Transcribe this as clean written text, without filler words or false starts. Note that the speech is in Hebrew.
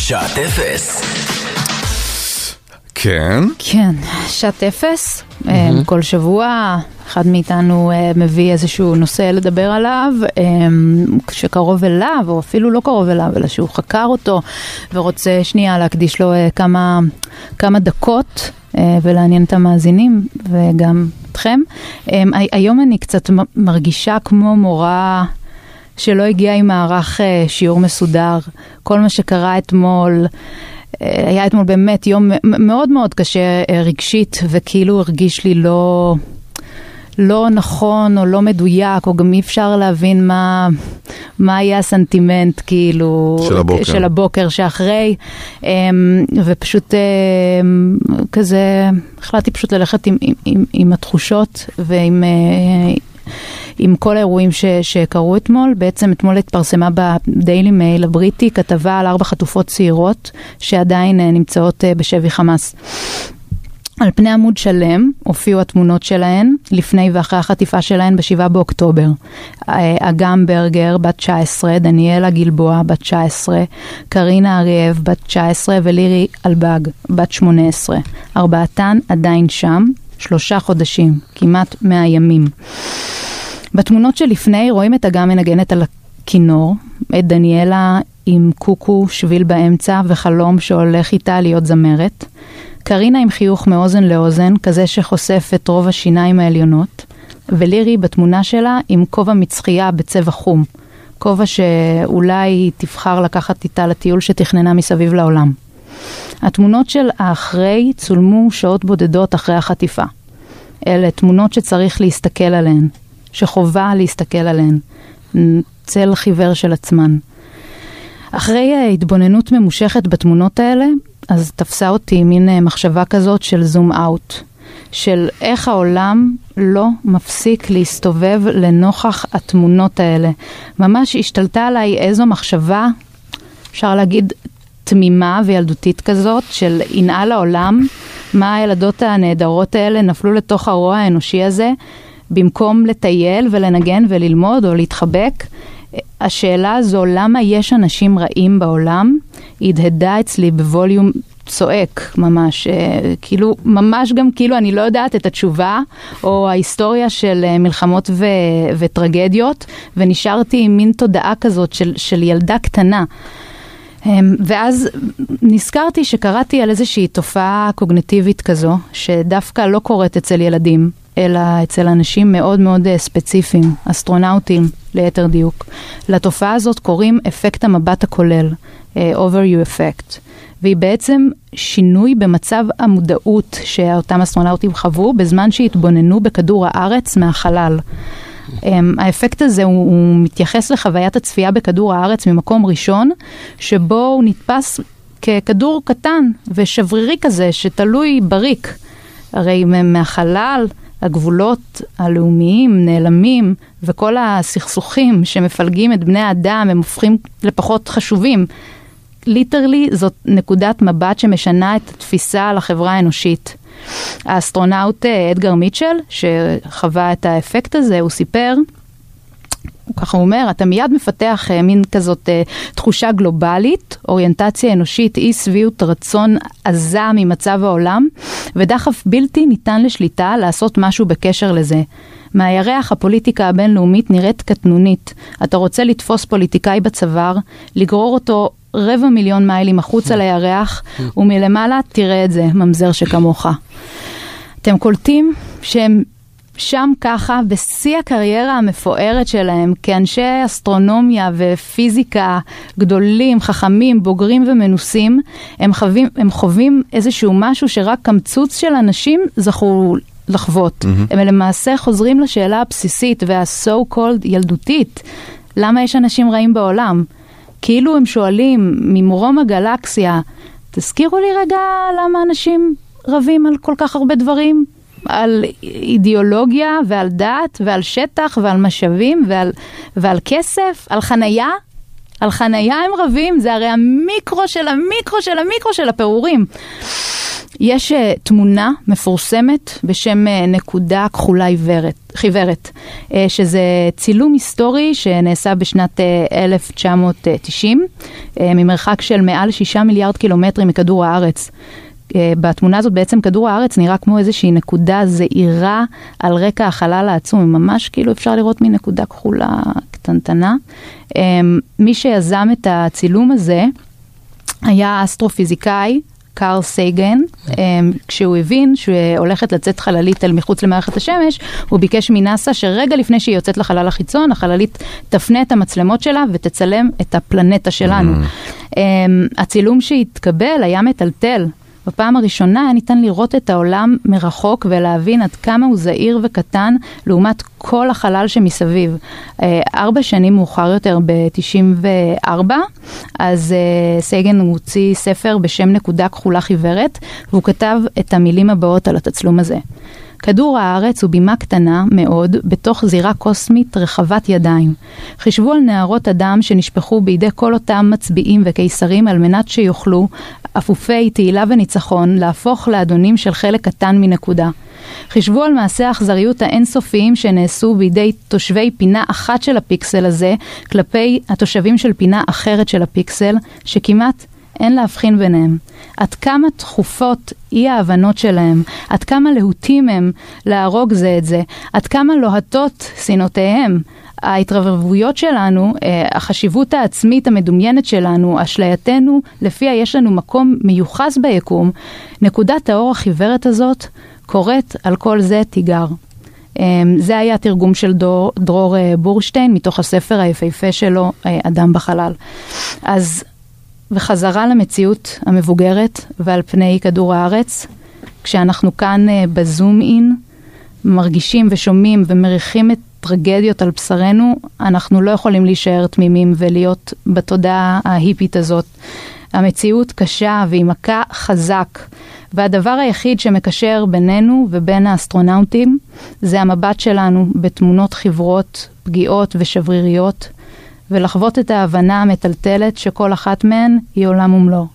שעת אפס. כן. כן, שעת אפס. כל שבוע אחד מאיתנו מביא איזשהו נושא לדבר עליו, שקרוב אליו, או אפילו לא קרוב אליו, אלא שהוא חקר אותו, ורוצה שנייה להקדיש לו כמה דקות, ולעניין את המאזינים, וגם אתכם. היום אני קצת מרגישה כמו מורה שלא הגיעה עם מערך שיעור מסודר. כל מה שקרה אתמול, היה אתמול באמת יום מאוד מאוד קשה רגשית, וכאילו הרגיש לי לא נכון או לא מדויק, או גם אי אפשר להבין מה היה הסנטימנט כאילו של הבוקר שאחרי, ופשוט כזה החלטתי פשוט ללכת עם התחושות עם כל האירועים שקרו אתמול. בעצם אתמול התפרסמה בדיילי מייל הבריטי כתבה על 4 חטופות צעירות שעדיין נמצאות בשבי חמאס. על פני עמוד שלם הופיעו התמונות שלהן לפני ואחרי החטיפה שלהן ב7 באוקטובר. אגם ברגר בת 19, דניאלה גלבוע בת 19, קרינה אריאב בת 19 ולירי אלבג בת 18. 4תן עדיין שם, 3 חודשים, כמעט 100 ימים. בתמונות שלפני רואים את אגם מנגנת על הכינור, את דניאלה עם קוקו, שביל באמצע וחלום שהולך איתה להיות זמרת. קרינה עם חיוך מאוזן לאוזן, כזה שחושף את רוב השיניים העליונות, ולירי בתמונה שלה עם כובע מצחייה בצבע חום, כובע שאולי תבחר לקחת איתה לטיול שתכננה מסביב לעולם. התמונות של האחרי צולמו שעות בודדות אחרי החטיפה. אלה תמונות שצריך להסתכל עליהן, שחובה להסתכל עליהן, צל חיוור של עצמן. אחרי התבוננות ממושכת בתמונות האלה, אז תפסה אותי מין מחשבה כזאת של זום אאוט, של איך העולם לא מפסיק להסתובב לנוכח התמונות האלה. ממש השתלטה עליי איזו מחשבה, אפשר להגיד תמימה וילדותית כזאת, של עינאה לעולם, מה הילדות הנהדרות האלה נפלו לתוך הרוע האנושי הזה, במקום לטייל ולנגן וללמוד או להתחבק. השאלה הזו, למה יש אנשים רעים בעולם, הדהדה אצלי בווליום צועק ממש, כאילו, ממש גם כאילו אני לא יודעת את התשובה, או ההיסטוריה של מלחמות וטרגדיות, ונשארתי עם מין תודעה כזאת של ילדה קטנה. ואז נזכרתי שקראתי על איזושהי תופעה קוגניטיבית כזו, שדווקא לא קורית אצל ילדים, אלא אצל אנשים מאוד מאוד ספציפיים, אסטרונאוטים ליתר דיוק. לתופעה הזאת קוראים אפקט המבט הכולל, overview effect, והיא בעצם שינוי במצב המודעות שאותם אסטרונאוטים חוו בזמן שהתבוננו בכדור הארץ מהחלל. האפקט הזה הוא מתייחס לחוויית הצפייה בכדור הארץ ממקום ראשון, שבו הוא נתפס ככדור קטן ושברירי כזה שתלוי בריק. הרי מהחלל הגבולות הלאומיים נעלמים, וכל הסכסוכים שמפלגים את בני האדם הם הופכים לפחות חשובים. ליטרלי זאת נקודת מבט שמשנה את התפיסה על החברה האנושית. האסטרונאוט אדגר מיטשל, שחווה את האפקט הזה, הוא סיפר, ככה הוא אומר, אתה מיד מפתח מין כזאת תחושה גלובלית, אוריינטציה אנושית, אי סביעות רצון עזה ממצב העולם, ודחף בלתי ניתן לשליטה לעשות משהו בקשר לזה. מהירח הפוליטיקה הבינלאומית נראית קטנונית. אתה רוצה לתפוס פוליטיקאי בצוואר, לגרור אותו 250,000 מיילים החוצה לירח, ומלמעלה תראה את זה, ממזר שכמוך. אתם קולטים שהם שם ככה, בשיא הקריירה המפוארת שלהם, כאנשי אסטרונומיה ופיזיקה גדולים, חכמים, בוגרים ומנוסים, הם חווים איזשהו משהו שרק קמצוץ של אנשים זכו לחוות. הם למעשה חוזרים לשאלה הבסיסית וה-so called ילדותית, למה יש אנשים רעים בעולם? כאילו הם שואלים ממרום הגלקסיה, תזכירו לי רגע למה אנשים רבים על כל כך הרבה דברים? על אידיאולוגיה ועל דת ועל שטח ועל משאבים ועל כסף, על חנייה. על חנייה הם רבים, זה הרי המיקרו של המיקרו של המיקרו של הפירורים. יש תמונה מפורסמת בשם נקודה כחולה חיוורת, שזה צילום היסטורי שנעשה בשנת 1990, ממרחק של מעל 6 מיליארד קילומטרים מכדור הארץ. בתמונה הזאת בעצם כדור הארץ נראה כמו איזושהי נקודה זעירה על רקע החלל העצום, ממש כאילו אפשר לראות מנקודה כחולה קטנטנה. מי שיזם את הצילום הזה היה אסטרופיזיקאי, קארל סייגן. כשהוא הבין שהולכת לצאת חללית אל מחוץ למערכת השמש, הוא ביקש מנאסא שרגע לפני שהיא יוצאת לחלל החיצון, החללית תפנה את המצלמות שלה ותצלם את הפלנטה שלנו. הצילום שהתקבל היה מטלטל. בפעם הראשונה היה ניתן לראות את העולם מרחוק ולהבין עד כמה הוא זעיר וקטן לעומת כל החלל שמסביב. 4 שנים מאוחר יותר, ב-94, אז סייגן הוציא ספר בשם נקודה כחולה חיוורת, והוא כתב את המילים הבאות על התצלום הזה. כדור הארץ הוא בימה קטנה מאוד בתוך זירה קוסמית רחבת ידיים. חישבו על נהרות הדם שנשפכו בידי כל אותם מצביעים וקיסרים על מנת שיוכלו אפופי תהילה וניצחון להפוך לאדונים של חלק קטן מנקודה. חישבו על מעשה האכזריות האינסופיים שנעשו בידי תושבי פינה אחת של הפיקסל הזה כלפי התושבים של פינה אחרת של הפיקסל, שכמעט אין להבחין ביניהם. עד כמה תכופות אי ההבנות שלהם, עד כמה להוטים הם להרוג זה את זה, עד כמה לוהטות שנאותיהם. ההתרברבויות שלנו, החשיבות העצמית המדומיינת שלנו, אשלייתנו, לפיה יש לנו מקום מיוחס ביקום, נקודת האור החיוורת הזאת קוראת על כל זה תיגר. זה היה התרגום של דרור בורשטיין מתוך הספר היפהפה שלו, אדם בחלל. אז וחזרה למציאות המבוגרת ועל פני כדור הארץ, כשאנחנו כאן בזום אין, מרגישים ושומעים ומריחים את טרגדיות על בשרנו, אנחנו לא יכולים להישאר תמימים ולהיות בתודעה ההיפית הזאת. המציאות קשה והיא מכה חזק, והדבר היחיד שמקשר בינינו ובין האסטרונאוטים זה המבט שלנו בתמונות חברות, פגיעות ושבריריות, ולחוות את ההבנה המטלטלת שכל אחת מהן היא עולם ומלואו.